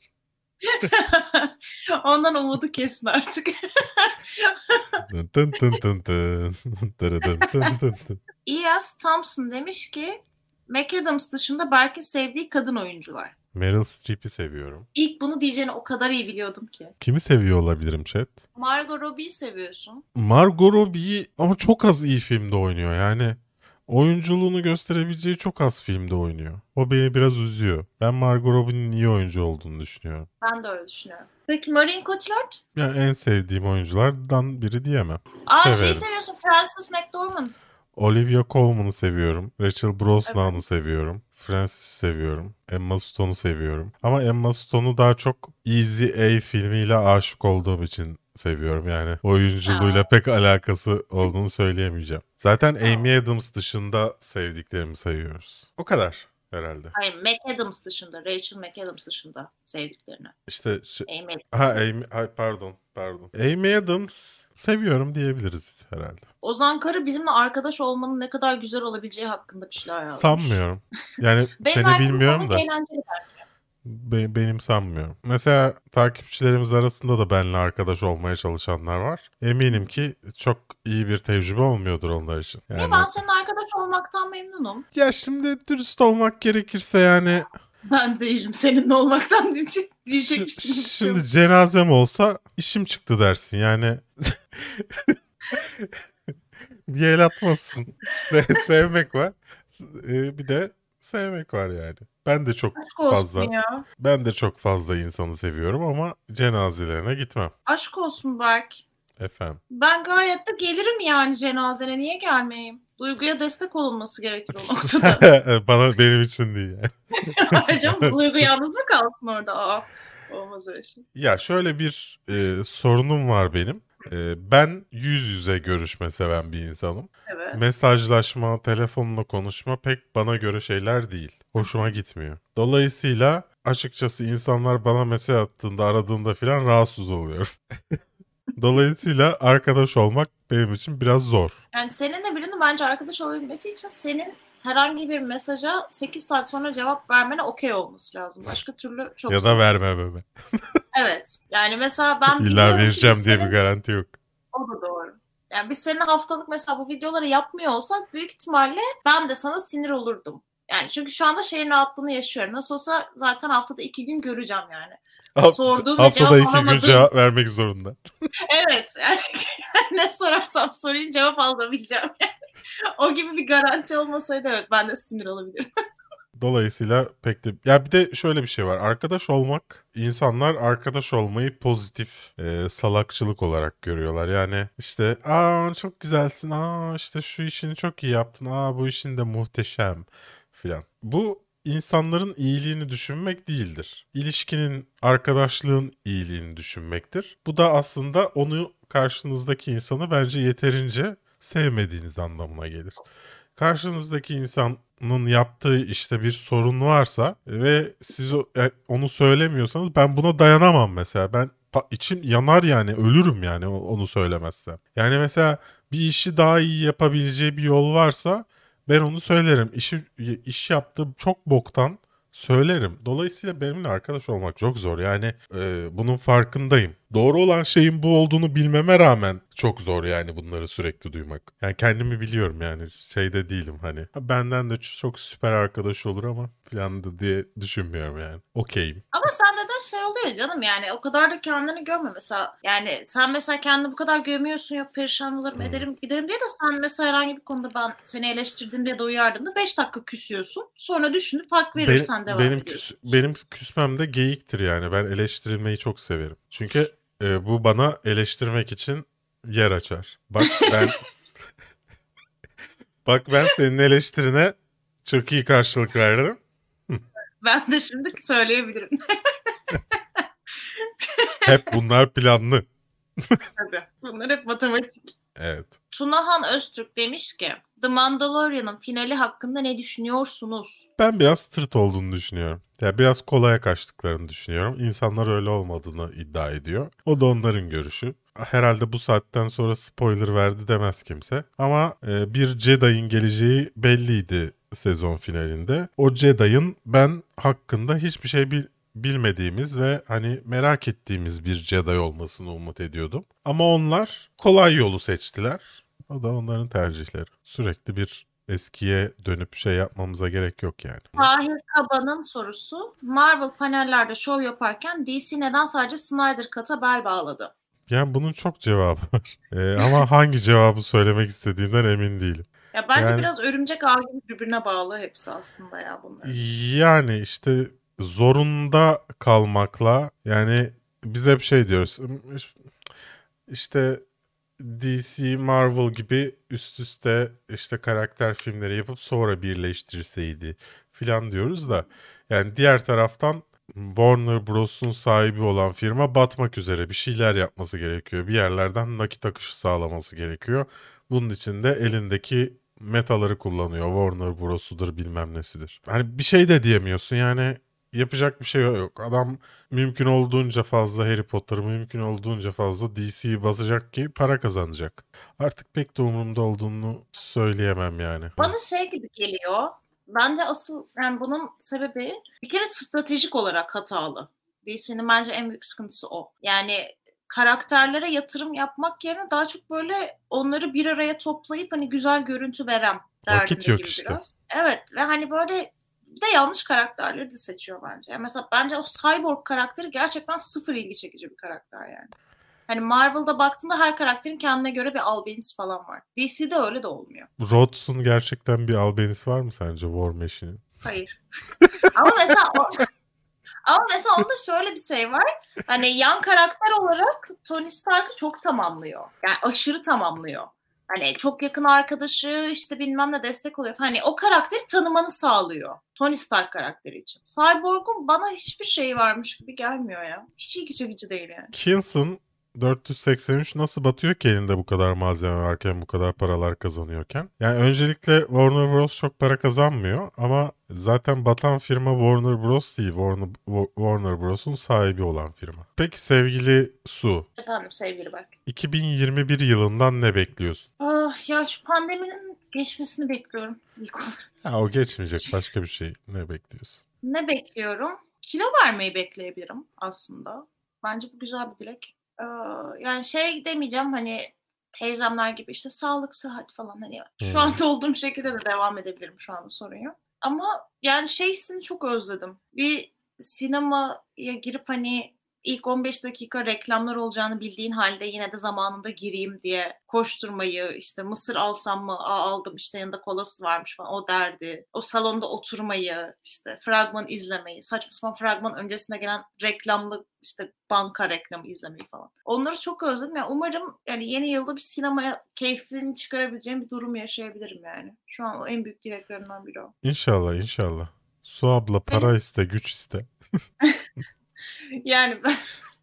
Ondan umudu kesin artık. Tın tın tın tın tın. Tırı tın tın tın tın. İyas Thompson demiş ki McAdams dışında Berk'in sevdiği kadın oyuncular. Meryl Streep'i seviyorum. İlk bunu diyeceğini o kadar iyi biliyordum ki. Kimi seviyor olabilirim chat? Margot Robbie'yi seviyorsun. Margot Robbie ama çok az iyi filmde oynuyor yani. Oyunculuğunu gösterebileceği çok az filmde oynuyor. O beni biraz üzüyor. Ben Margot Robbie'nin iyi oyuncu olduğunu düşünüyorum. Ben de öyle düşünüyorum. Peki Marion Cotillard? Yani en sevdiğim oyunculardan biri diyemem. Aa Severim. şeyi seviyorsun Frances McDormand. Olivia Colman'ı seviyorum. Rachel Brosnahan'ı Evet. seviyorum. Frances'i seviyorum. Emma Stone'u seviyorum. Ama Emma Stone'u daha çok Easy A filmiyle aşık olduğum için seviyorum. Yani oyunculuğuyla Aa, pek alakası olduğunu söyleyemeyeceğim. Zaten aa. Amy Adams dışında sevdiklerimi sayıyoruz. O kadar herhalde. Hayır, McAdams dışında, Rachel McAdams dışında sevdiklerini. İşte şey- Amy ha Adams. Amy, ay pardon pardon. Amy Adams seviyorum diyebiliriz herhalde. Ozan Karı bizimle arkadaş olmanın ne kadar güzel olabileceği hakkında bir şeyler yazmış. Sanmıyorum. Yani Benim seni verdiğim bilmiyorum komik da eğlenceli. be- benim sanmıyorum. Mesela takipçilerimiz arasında da benimle arkadaş olmaya çalışanlar var. Eminim ki çok iyi bir tecrübe olmuyordur onlar için. Niye Yani ben senin arkadaş olmaktan memnunum. ya şimdi dürüst olmak gerekirse yani Ben değilim seninle olmaktan diyecek, şi- diyecekmişsin. şimdi cenazem olsa işim çıktı dersin. Yani bir el atmazsın. Ve sevmek var. Ee, Bir de sevmek var yani. Ben de çok Aşk olsun fazla ya. ben de çok fazla insanı seviyorum ama cenazelerine gitmem Aşk olsun Berk. efendim. Ben gayet de gelirim yani cenazene. Niye gelmeyeyim? Duyguya destek olunması gerekir o noktada. Bana benim için değil yani. Ayrıca Duygu yalnız mı kalsın orada? Aa, olmaz öyle şey. Ya şöyle bir e, sorunum var benim. E, ben yüz yüze görüşme seven bir insanım. Evet. Mesajlaşma, telefonla konuşma pek bana göre şeyler değil. Hoşuma gitmiyor. Dolayısıyla açıkçası insanlar bana mesaj attığında, aradığında falan rahatsız oluyorum. Dolayısıyla arkadaş olmak benim için biraz zor. Yani seninle birinin bence arkadaş olabilmesi için senin herhangi bir mesaja sekiz saat sonra cevap vermene okey olması lazım. Başka türlü çok Ya zor. da verme bebe. Evet. Yani mesela ben İlla biliyorum ki vereceğim biz diye bir senin... garanti yok. O da doğru. Yani biz seninle haftalık mesela bu videoları yapmıyor olsak büyük ihtimalle ben de sana sinir olurdum. Yani çünkü şu anda şeyin rahatlığını yaşıyorum. Nasıl olsa zaten haftada iki gün göreceğim yani. Sorduğum ve Haftada cevap iki gün alamadığım. cevap vermek zorunda. Evet. Yani ne sorarsam sorayım cevap alabileceğim. Yani. O gibi bir garanti olmasaydı evet ben de sinir olabilirdim. Dolayısıyla pek de... Ya bir de şöyle bir şey var. Arkadaş olmak, insanlar arkadaş olmayı pozitif e, salakçılık olarak görüyorlar. Yani işte aa çok güzelsin, aa işte şu işini çok iyi yaptın, aa bu işin de muhteşem filan. Bu insanların iyiliğini düşünmek değildir. İlişkinin, arkadaşlığın iyiliğini düşünmektir. Bu da aslında onu karşınızdaki insanı bence yeterince sevmediğiniz anlamına gelir. Karşınızdaki insanın yaptığı işte bir sorun varsa ve siz o- e, onu söylemiyorsanız ben buna dayanamam mesela. Ben pa- içim yanar yani ölürüm yani o- onu söylemezsem. Yani mesela bir işi daha iyi yapabileceği bir yol varsa ben onu söylerim. İşi iş yaptığı çok boktan söylerim. Dolayısıyla benimle arkadaş olmak çok zor. Yani e, bunun farkındayım. Doğru olan şeyin bu olduğunu bilmeme rağmen çok zor yani bunları sürekli duymak. Yani kendimi biliyorum yani şeyde değilim hani. Ha, benden de ç- çok süper arkadaş olur ama falan da diye düşünmüyorum yani. Okeyim. Ama sende de şey oluyor canım yani o kadar da kendini gömme mesela. Yani sen mesela kendini bu kadar gömüyorsun yok perişan olurum Hmm. ederim giderim diye de sen mesela herhangi bir konuda ben seni eleştirdiğimde ya da uyardığımda beş dakika küsüyorsun. Sonra düşünüp hak Benim, verirsen devam benim, ediyorsun. küs- benim küsmem de geyiktir yani. Ben eleştirilmeyi çok severim. Çünkü e, bu bana eleştirmek için yer açar. Bak ben bak ben senin eleştirine çok iyi karşılık verdim. Ben de şimdi söyleyebilirim. Hep bunlar planlı. Tabii. Bunlar hep matematik. Evet. Tunahan Öztürk demiş ki The Mandalorian'ın finali hakkında ne düşünüyorsunuz? Ben biraz tırt olduğunu düşünüyorum. Ya biraz kolaya kaçtıklarını düşünüyorum. İnsanlar öyle olmadığını iddia ediyor. O da onların görüşü. Herhalde bu saatten sonra spoiler verdi demez kimse. Ama e, bir Jedi'ın geleceği belliydi sezon finalinde. O Jedi'ın ben hakkında hiçbir şey bil bilmediğimiz ve hani merak ettiğimiz bir Jedi olmasını umut ediyordum. Ama onlar kolay yolu seçtiler. O da onların tercihleri. Sürekli bir eskiye dönüp şey yapmamıza gerek yok yani. Tahir Kaba'nın sorusu Marvel panellerde şov yaparken D C neden sadece Snyder Cut'a bel bağladı? Yani bunun çok cevabı var. Ee, ama hangi cevabı söylemek istediğimden emin değilim. Ya bence Yani- biraz örümcek ağ gibi birbirine bağlı hepsi aslında ya bunlar. Yani işte zorunda kalmakla yani biz hep şey diyoruz. İşte D C, Marvel gibi üst üste işte karakter filmleri yapıp sonra birleştirseydi filan diyoruz da. Yani diğer taraftan Warner Bros'un sahibi olan firma batmak üzere, bir şeyler yapması gerekiyor. Bir yerlerden nakit akışı sağlaması gerekiyor. Bunun için de elindeki metaları kullanıyor. Warner Bros'udur bilmem nesidir. Hani bir şey de diyemiyorsun yani, yapacak bir şey yok. Adam mümkün olduğunca fazla Harry Potter, mümkün olduğunca fazla D C'yi basacak ki para kazanacak. Artık pek de umurumda olduğunu söyleyemem yani. Bana şey gibi geliyor. Ben de asıl yani bunun sebebi bir kere stratejik olarak hatalı. D C'nin bence en büyük sıkıntısı o. Yani karakterlere yatırım yapmak yerine daha çok böyle onları bir araya toplayıp hani güzel görüntü veren Vakit derdinde yok gibi işte. biraz. Evet ve hani böyle bir de yanlış karakterleri de seçiyor bence. Yani mesela bence o Cyborg karakteri gerçekten sıfır ilgi çekici bir karakter yani. Hani Marvel'da baktığında her karakterin kendine göre bir albenisi falan var. D C'de öyle de olmuyor. Rhodes'un gerçekten bir albenisi var mı sence War Machine'in? Hayır. Ama mesela o, ama mesela onda şöyle bir şey var. Hani yan karakter olarak Tony Stark'ı çok tamamlıyor. Yani aşırı tamamlıyor. Hani çok yakın arkadaşı işte bilmem ne destek oluyor. Hani o karakteri tanımanı sağlıyor. Tony Stark karakteri için. Cyborg'un bana hiçbir şey varmış gibi gelmiyor ya. Hiç ilgi çekici değil yani. Coulson dört yüz seksen üç nasıl batıyor ki elinde bu kadar malzeme varken, bu kadar paralar kazanıyorken? Yani öncelikle Warner Bros. Çok para kazanmıyor ama zaten batan firma Warner Bros. Değil. Warner, Warner Bros'un sahibi olan firma. Peki sevgili Su, Efendim sevgili Berk. iki bin yirmi bir yılından ne bekliyorsun? Ah, ya şu pandeminin geçmesini bekliyorum ilk olarak. Ya o geçmeyecek, başka bir şey. Ne bekliyorsun? Ne bekliyorum? Kilo vermeyi bekleyebilirim aslında. Bence bu güzel bir dilek. Ee, yani şey demeyeceğim hani teyzemler gibi işte sağlık, sıhhat falan hani şu Hmm. anda olduğum şekilde de devam edebilirim, şu anda sorun yok. Ama yani şey hissini çok özledim. Bir sinemaya girip hani ilk on beş dakika reklamlar olacağını bildiğin halde yine de zamanında gireyim diye koşturmayı, işte mısır alsam mı? Aa, aldım, işte yanında kolası varmış falan, o derdi. O salonda oturmayı, işte fragman izlemeyi, saçma sapan fragman öncesinde gelen reklamlı işte banka reklamı izlemeyi falan. Onları çok özledim. Yani umarım yani yeni yılda bir sinemaya keyfini çıkarabileceğim bir durum yaşayabilirim yani. Şu an o en büyük dileklerimden biri o. İnşallah, inşallah. Su abla para Senin iste, güç iste. yani ben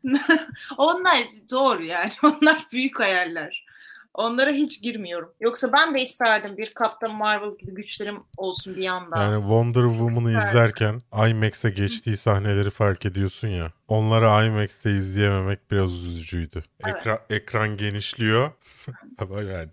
onlar zor yani. Onlar büyük hayaller. Onlara hiç girmiyorum. Yoksa ben de isterdim bir Captain Marvel gibi güçlerim olsun bir yanda. Yani Wonder Çok Woman'ı isterdim. izlerken IMAX'e geçtiği sahneleri fark ediyorsun ya. Onları IMAX'te izleyememek biraz üzücüydü. Evet. Ekran, ekran genişliyor ama yani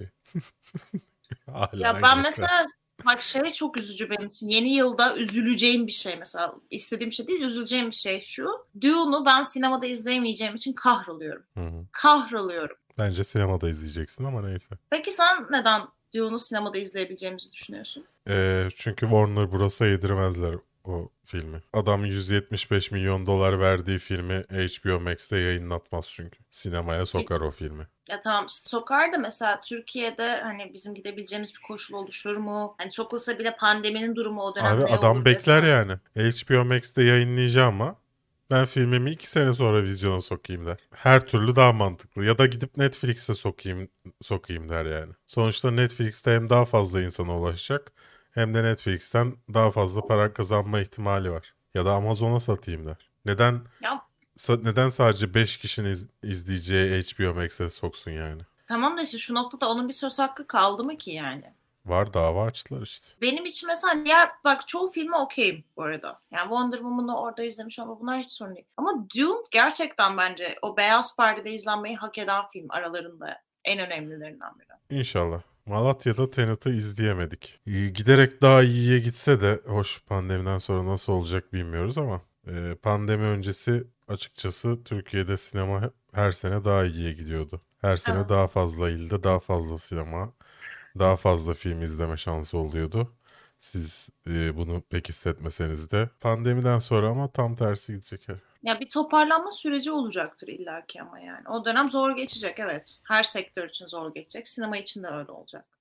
hala Ya aynı ben ekran. mesela bak şey çok üzücü benim için. Yeni yılda üzüleceğim bir şey mesela. İstediğim şey değil, üzüleceğim bir şey şu. Dune'u ben sinemada izleyemeyeceğim için kahroluyorum. Hı hı. Kahroluyorum. Bence sinemada izleyeceksin ama neyse. Peki sen neden Dune'u sinemada izleyebileceğimizi düşünüyorsun? Ee, çünkü Warner Bros'a yedirmezler o filmi. Adam yüz yetmiş beş milyon dolar verdiği filmi H B O Max'te yayınlatmaz çünkü. Sinemaya sokar o filmi. Ya tamam işte sokar da mesela Türkiye'de hani bizim gidebileceğimiz bir koşul oluşur mu? Hani sokulsa bile pandeminin durumu o dönem Abi ne adam olur bekler vesaire. yani. H B O Max'te yayınlayacağım ama ben filmimi iki sene sonra vizyona sokayım der. Her türlü daha mantıklı. Ya da gidip Netflix'e sokayım sokayım der yani. Sonuçta Netflix'te hem daha fazla insana ulaşacak hem de Netflix'ten daha fazla para kazanma ihtimali var. Ya da Amazon'a satayım der. Neden Ya sa- neden sadece beş kişinin iz- izleyeceği H B O Max'e soksun yani? tamam da işte şu noktada onun bir söz hakkı kaldı mı ki yani? Var, dava açtılar işte. Benim için mesela diğer bak çoğu filme okeyim bu arada. Yani Wonder Woman'ı orada izlemiş ama bunlar hiç sorun değil. Ama Dune gerçekten bence o beyaz perdede izlenmeyi hak eden film aralarında en önemlilerinden biri. İnşallah. Malatya'da Tenet'i izleyemedik. Ee, Giderek daha iyiye gitse de, hoş pandemiden sonra nasıl olacak bilmiyoruz ama e, pandemi öncesi açıkçası Türkiye'de sinema hep- her sene daha iyiye gidiyordu. Her sene Evet. daha fazla ilde daha fazla sinema, daha fazla film izleme şansı oluyordu. Siz e, bunu pek hissetmeseniz de pandemiden sonra ama tam tersi gidecek. Ya bir toparlanma süreci olacaktır illaki ama yani. O dönem zor geçecek, evet. Her sektör için zor geçecek. Sinema için de öyle olacak.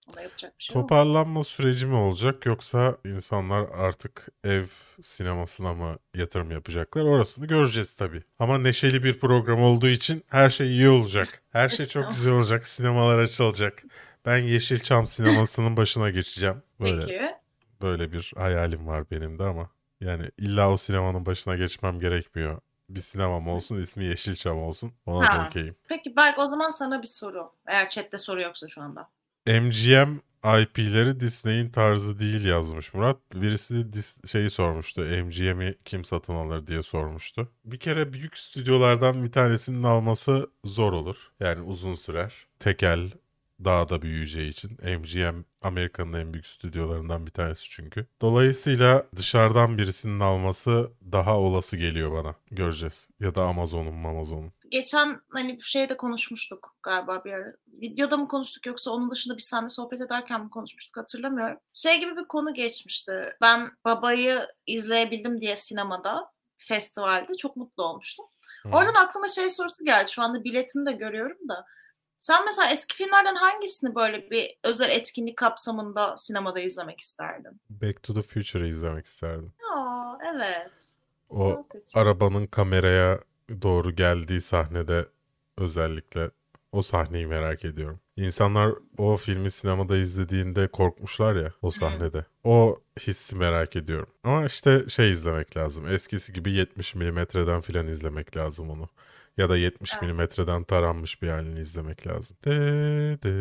Ona yapacak bir şey yok. Toparlanma süreci mi olacak yoksa insanlar artık ev sinemasına mı yatırım yapacaklar? Orasını göreceğiz tabii. Ama neşeli bir program olduğu için her şey iyi olacak. Her şey çok güzel olacak. Sinemalar açılacak. Ben Yeşilçam sinemasının başına geçeceğim. Böyle Peki. böyle bir hayalim var benim de ama yani illa o sinemanın başına geçmem gerekmiyor. Bir sinemam olsun, ismi Yeşilçam olsun. Ona da Ha. okeyim. Peki Berk, o zaman sana bir soru. Eğer chatte soru yoksa şu anda. M G M I P'leri Disney'in tarzı değil yazmış Murat. Birisi de dis- şeyi sormuştu. M G M'i kim satın alır diye sormuştu. Bir kere büyük stüdyolardan bir tanesinin alması zor olur. Yani uzun sürer. Tekel daha da büyüyeceği için. M G M Amerika'nın en büyük stüdyolarından bir tanesi çünkü. Dolayısıyla dışarıdan birisinin alması daha olası geliyor bana. Göreceğiz. Ya da Amazon'un Amazon'un. Geçen hani bir şeyde konuşmuştuk galiba bir ara. Videoda mı konuştuk yoksa onun dışında bir seninle sohbet ederken mi konuşmuştuk hatırlamıyorum. Şey gibi bir konu geçmişti. Ben Baba'yı izleyebildim diye sinemada, festivalde çok mutlu olmuştum. Hmm. Oradan aklıma şey sorusu geldi. Şu anda biletini de görüyorum da. Sen mesela eski filmlerden hangisini böyle bir özel etkinlik kapsamında sinemada izlemek isterdin? Back to the Future'ı izlemek isterdim. Aa, evet. O Güzel seçim. arabanın kameraya doğru geldiği sahnede özellikle o sahneyi merak ediyorum. İnsanlar o filmi sinemada izlediğinde korkmuşlar ya o sahnede. O hissi merak ediyorum. Ama işte şey izlemek lazım. Eskisi gibi yetmiş milimetreden filan izlemek lazım onu. Ya da yetmiş Evet. milimetreden taranmış bir halini izlemek lazım. De, de,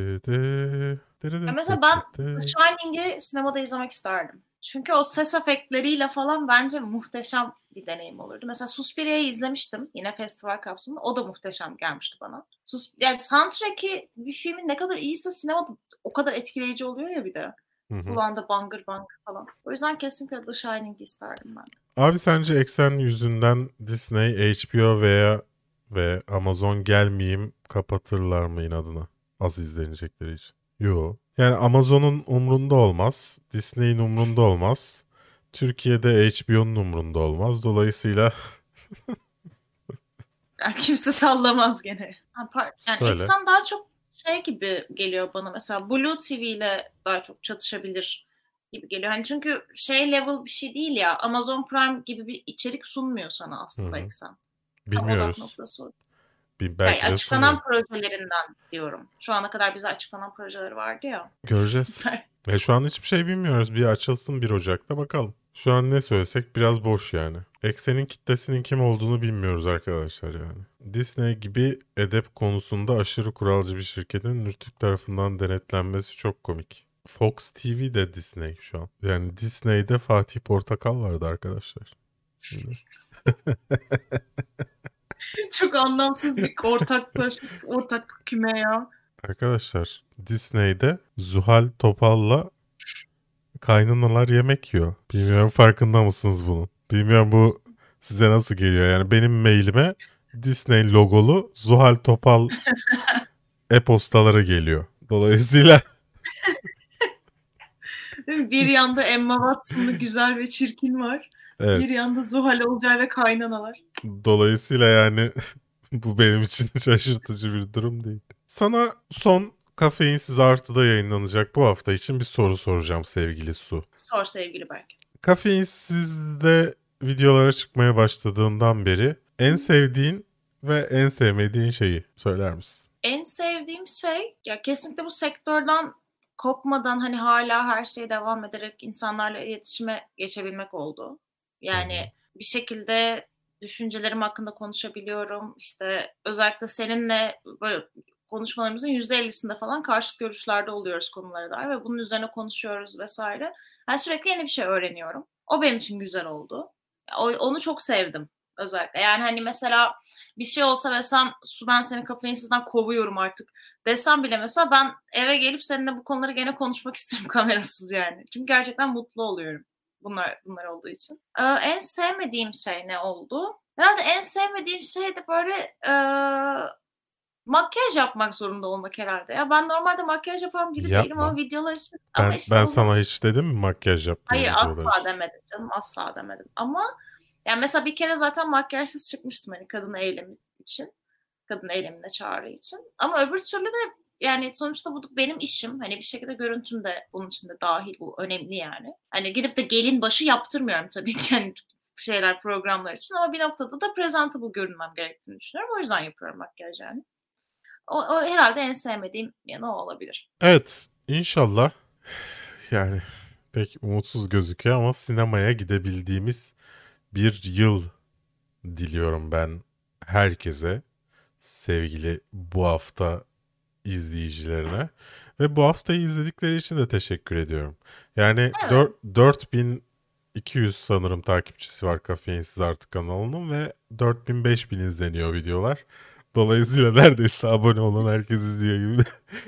de, de, de, Ya mesela de, ben de. The Shining'i sinemada izlemek isterdim. Çünkü o ses efektleriyle falan bence muhteşem bir deneyim olurdu. Mesela Suspiria'yı izlemiştim yine festival kapsamında. O da muhteşem gelmişti bana. Sus, yani soundtrack'i bir filmin ne kadar iyiyse sinemada o kadar etkileyici oluyor ya bir de. Hı hı. Kulağında bangır bangır falan. O yüzden kesinlikle The Shining'i isterdim ben. Abi sence eksen yüzünden Disney, H B O veya ve Amazon gelmeyeyim kapatırlar mı inadına? Az izlenecekleri için. Yo. Yani Amazon'un umrunda olmaz. Disney'in umrunda olmaz. Türkiye'de H B O'nun umrunda olmaz. Dolayısıyla Yani kimse sallamaz gene. Ha, par- Yani Söyle. eksen daha çok şey gibi geliyor bana mesela. Blue T V ile daha çok çatışabilir gibi geliyor. Hani çünkü şey level bir şey değil ya. Amazon Prime gibi bir içerik sunmuyor sana aslında Hı hı. eksen. Tam odak bilmiyoruz. noktası o. Bir, Yani belki de açıklanan sunuyor. projelerinden diyorum. Şu ana kadar bize açıklanan projeleri vardı ya. Göreceğiz. E şu an hiçbir şey bilmiyoruz. Bir açılsın bir Ocak'ta bakalım. Şu an ne söylesek biraz boş yani. Eksenin kitlesinin kim olduğunu bilmiyoruz arkadaşlar yani. Disney gibi edep konusunda aşırı kuralcı bir şirketin Rütük tarafından denetlenmesi çok komik. Fox T V de Disney şu an. Yani Disney'de Fatih Portakal vardı arkadaşlar. Şimdi. Çok anlamsız bir ortaklık, ortaklık küme ya. Arkadaşlar Disney'de Zuhal Topal'la kaynanalar yemek yiyor. Bilmiyorum farkında mısınız bunun? Bilmiyorum bu size nasıl geliyor. Yani benim mailime Disney logolu Zuhal Topal e-postaları geliyor. Dolayısıyla Değil mi? Bir yanda Emma Watson'lı güzel ve çirkin var. evet. Bir yanda Zuhal Olcay ve kaynanalar. Dolayısıyla yani bu benim için şaşırtıcı bir durum değil. Sana son Kafeinsiz Artı'da yayınlanacak bu hafta için bir soru soracağım sevgili Su. Sor sevgili Berk. Kafeinsiz'de videolara çıkmaya başladığından beri en sevdiğin ve en sevmediğin şeyi söyler misin? En sevdiğim şey ya kesinlikle bu sektörden kopmadan hani hala her şeye devam ederek insanlarla iletişime geçebilmek oldu. Yani Hı hı. bir şekilde düşüncelerim hakkında konuşabiliyorum. İşte özellikle seninle böyle konuşmalarımızın yüzde ellisinde falan karşıt görüşlerde oluyoruz konulara dair ve bunun üzerine konuşuyoruz vesaire. Ben sürekli yeni bir şey öğreniyorum. O benim için güzel oldu. O- Onu çok sevdim özellikle. Yani hani mesela bir şey olsa ve sen Su ben seni Kafeinsiz'den kovuyorum artık desem bile mesela ben eve gelip seninle bu konuları gene konuşmak isterim kamerasız yani. Çünkü gerçekten mutlu oluyorum bunlar bunlar olduğu için. Ee, en sevmediğim şey ne oldu? Herhalde en sevmediğim şey de böyle e, makyaj yapmak zorunda olmak herhalde. Ya ben normalde makyaj yapan biri Yapma. değilim ama videolar için. Ama Ben, işte ben o- sana hiç dedim mi makyaj yap diye Hayır videolar asla için? demedim canım asla demedim. Ama yani mesela bir kere zaten makyajsız çıkmıştım hani kadın eylemi için. Kadın eylemine çağrı için. Ama öbür türlü de yani sonuçta bu benim işim. Hani bir şekilde görüntüm de bunun içinde dahil, bu önemli yani. Hani gidip de gelin başı yaptırmıyorum tabii ki yani şeyler, programlar için, ama bir noktada da presentable görünmem gerektiğini düşünüyorum. O yüzden yapıyorum makyaj yani. O, o herhalde en sevmediğim yanı o olabilir. Evet, inşallah yani pek umutsuz gözüküyor ama sinemaya gidebildiğimiz bir yıl diliyorum ben herkese, sevgili bu hafta izleyicilerine. Ve bu haftayı izledikleri için de teşekkür ediyorum. Yani Evet. dört bin iki yüz sanırım takipçisi var Kafeinsiz Artık kanalının ve dört bin beş bin izleniyor videolar. Dolayısıyla neredeyse abone olan herkes izliyor gibi.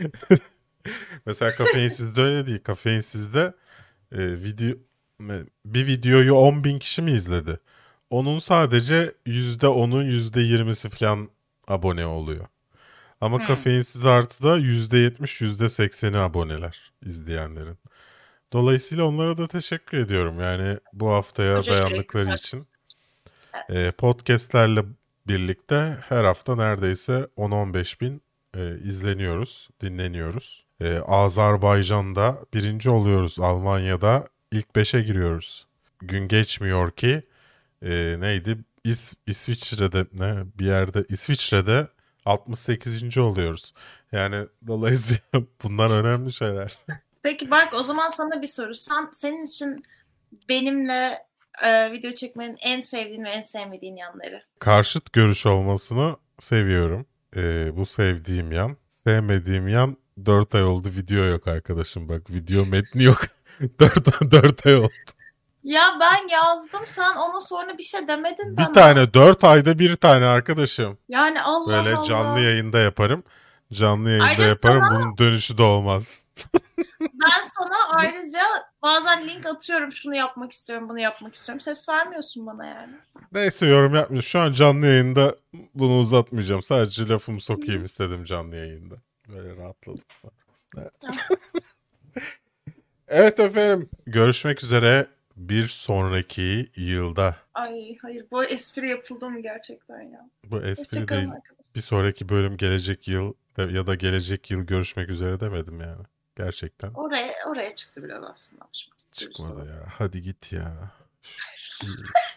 Mesela Kafeinsiz'de öyle değil. Kafeinsiz'de e, video bir videoyu on bin kişi mi izledi? Onun sadece yüzde onun yüzde yirmisi falan abone oluyor. Ama Hmm. Kafeinsiz Artı'da yüzde yetmiş yüzde sekseni aboneler izleyenlerin. Dolayısıyla onlara da teşekkür ediyorum. Yani bu haftaya Hoca dayandıkları yürekli. için. Evet. E, podcastlerle birlikte her hafta neredeyse on on beş bin e, izleniyoruz, dinleniyoruz. E, Azerbaycan'da birinci oluyoruz. Almanya'da ilk beşe giriyoruz. Gün geçmiyor ki e, neydi? İs, İsviçre'de ne bir yerde İsviçre'de altmış sekizinci oluyoruz. Yani dolayısıyla bunlar önemli şeyler. Peki Berk, o zaman sana bir soru. Sen, senin için benimle e, video çekmenin en sevdiğin ve en sevmediğin yanları? Karşıt görüş olmasını seviyorum. Ee, bu sevdiğim yan. Sevmediğim yan dört ay oldu video yok arkadaşım. Bak video metni yok. dört ay oldu. Ya ben yazdım, sen ona sonra bir şey demedin Bir bana. tane dört ayda bir tane arkadaşım. Yani Allah Böyle Allah. canlı yayında yaparım. Canlı yayında Ayrıca yaparım. sana- Bunun dönüşü de olmaz. Ben sana ayrıca bazen link atıyorum, şunu yapmak istiyorum, bunu yapmak istiyorum. Ses vermiyorsun bana yani. Neyse, yorum yapmıyorum. Şu an canlı yayında bunu uzatmayacağım. Sadece lafımı sokayım istedim canlı yayında. Böyle rahatladım. Evet. Evet efendim. Görüşmek üzere bir sonraki yılda. Ay hayır, bu espri yapıldı mı gerçekten ya? Bu espri Hoşçakalın değil. arkadaşlar. Bir sonraki bölüm gelecek yıl de- ya da gelecek yıl görüşmek üzere demedim yani. Gerçekten Oraya, oraya çıktı biraz aslında. çıkmadı ya. Hadi git ya. Üf, iyi.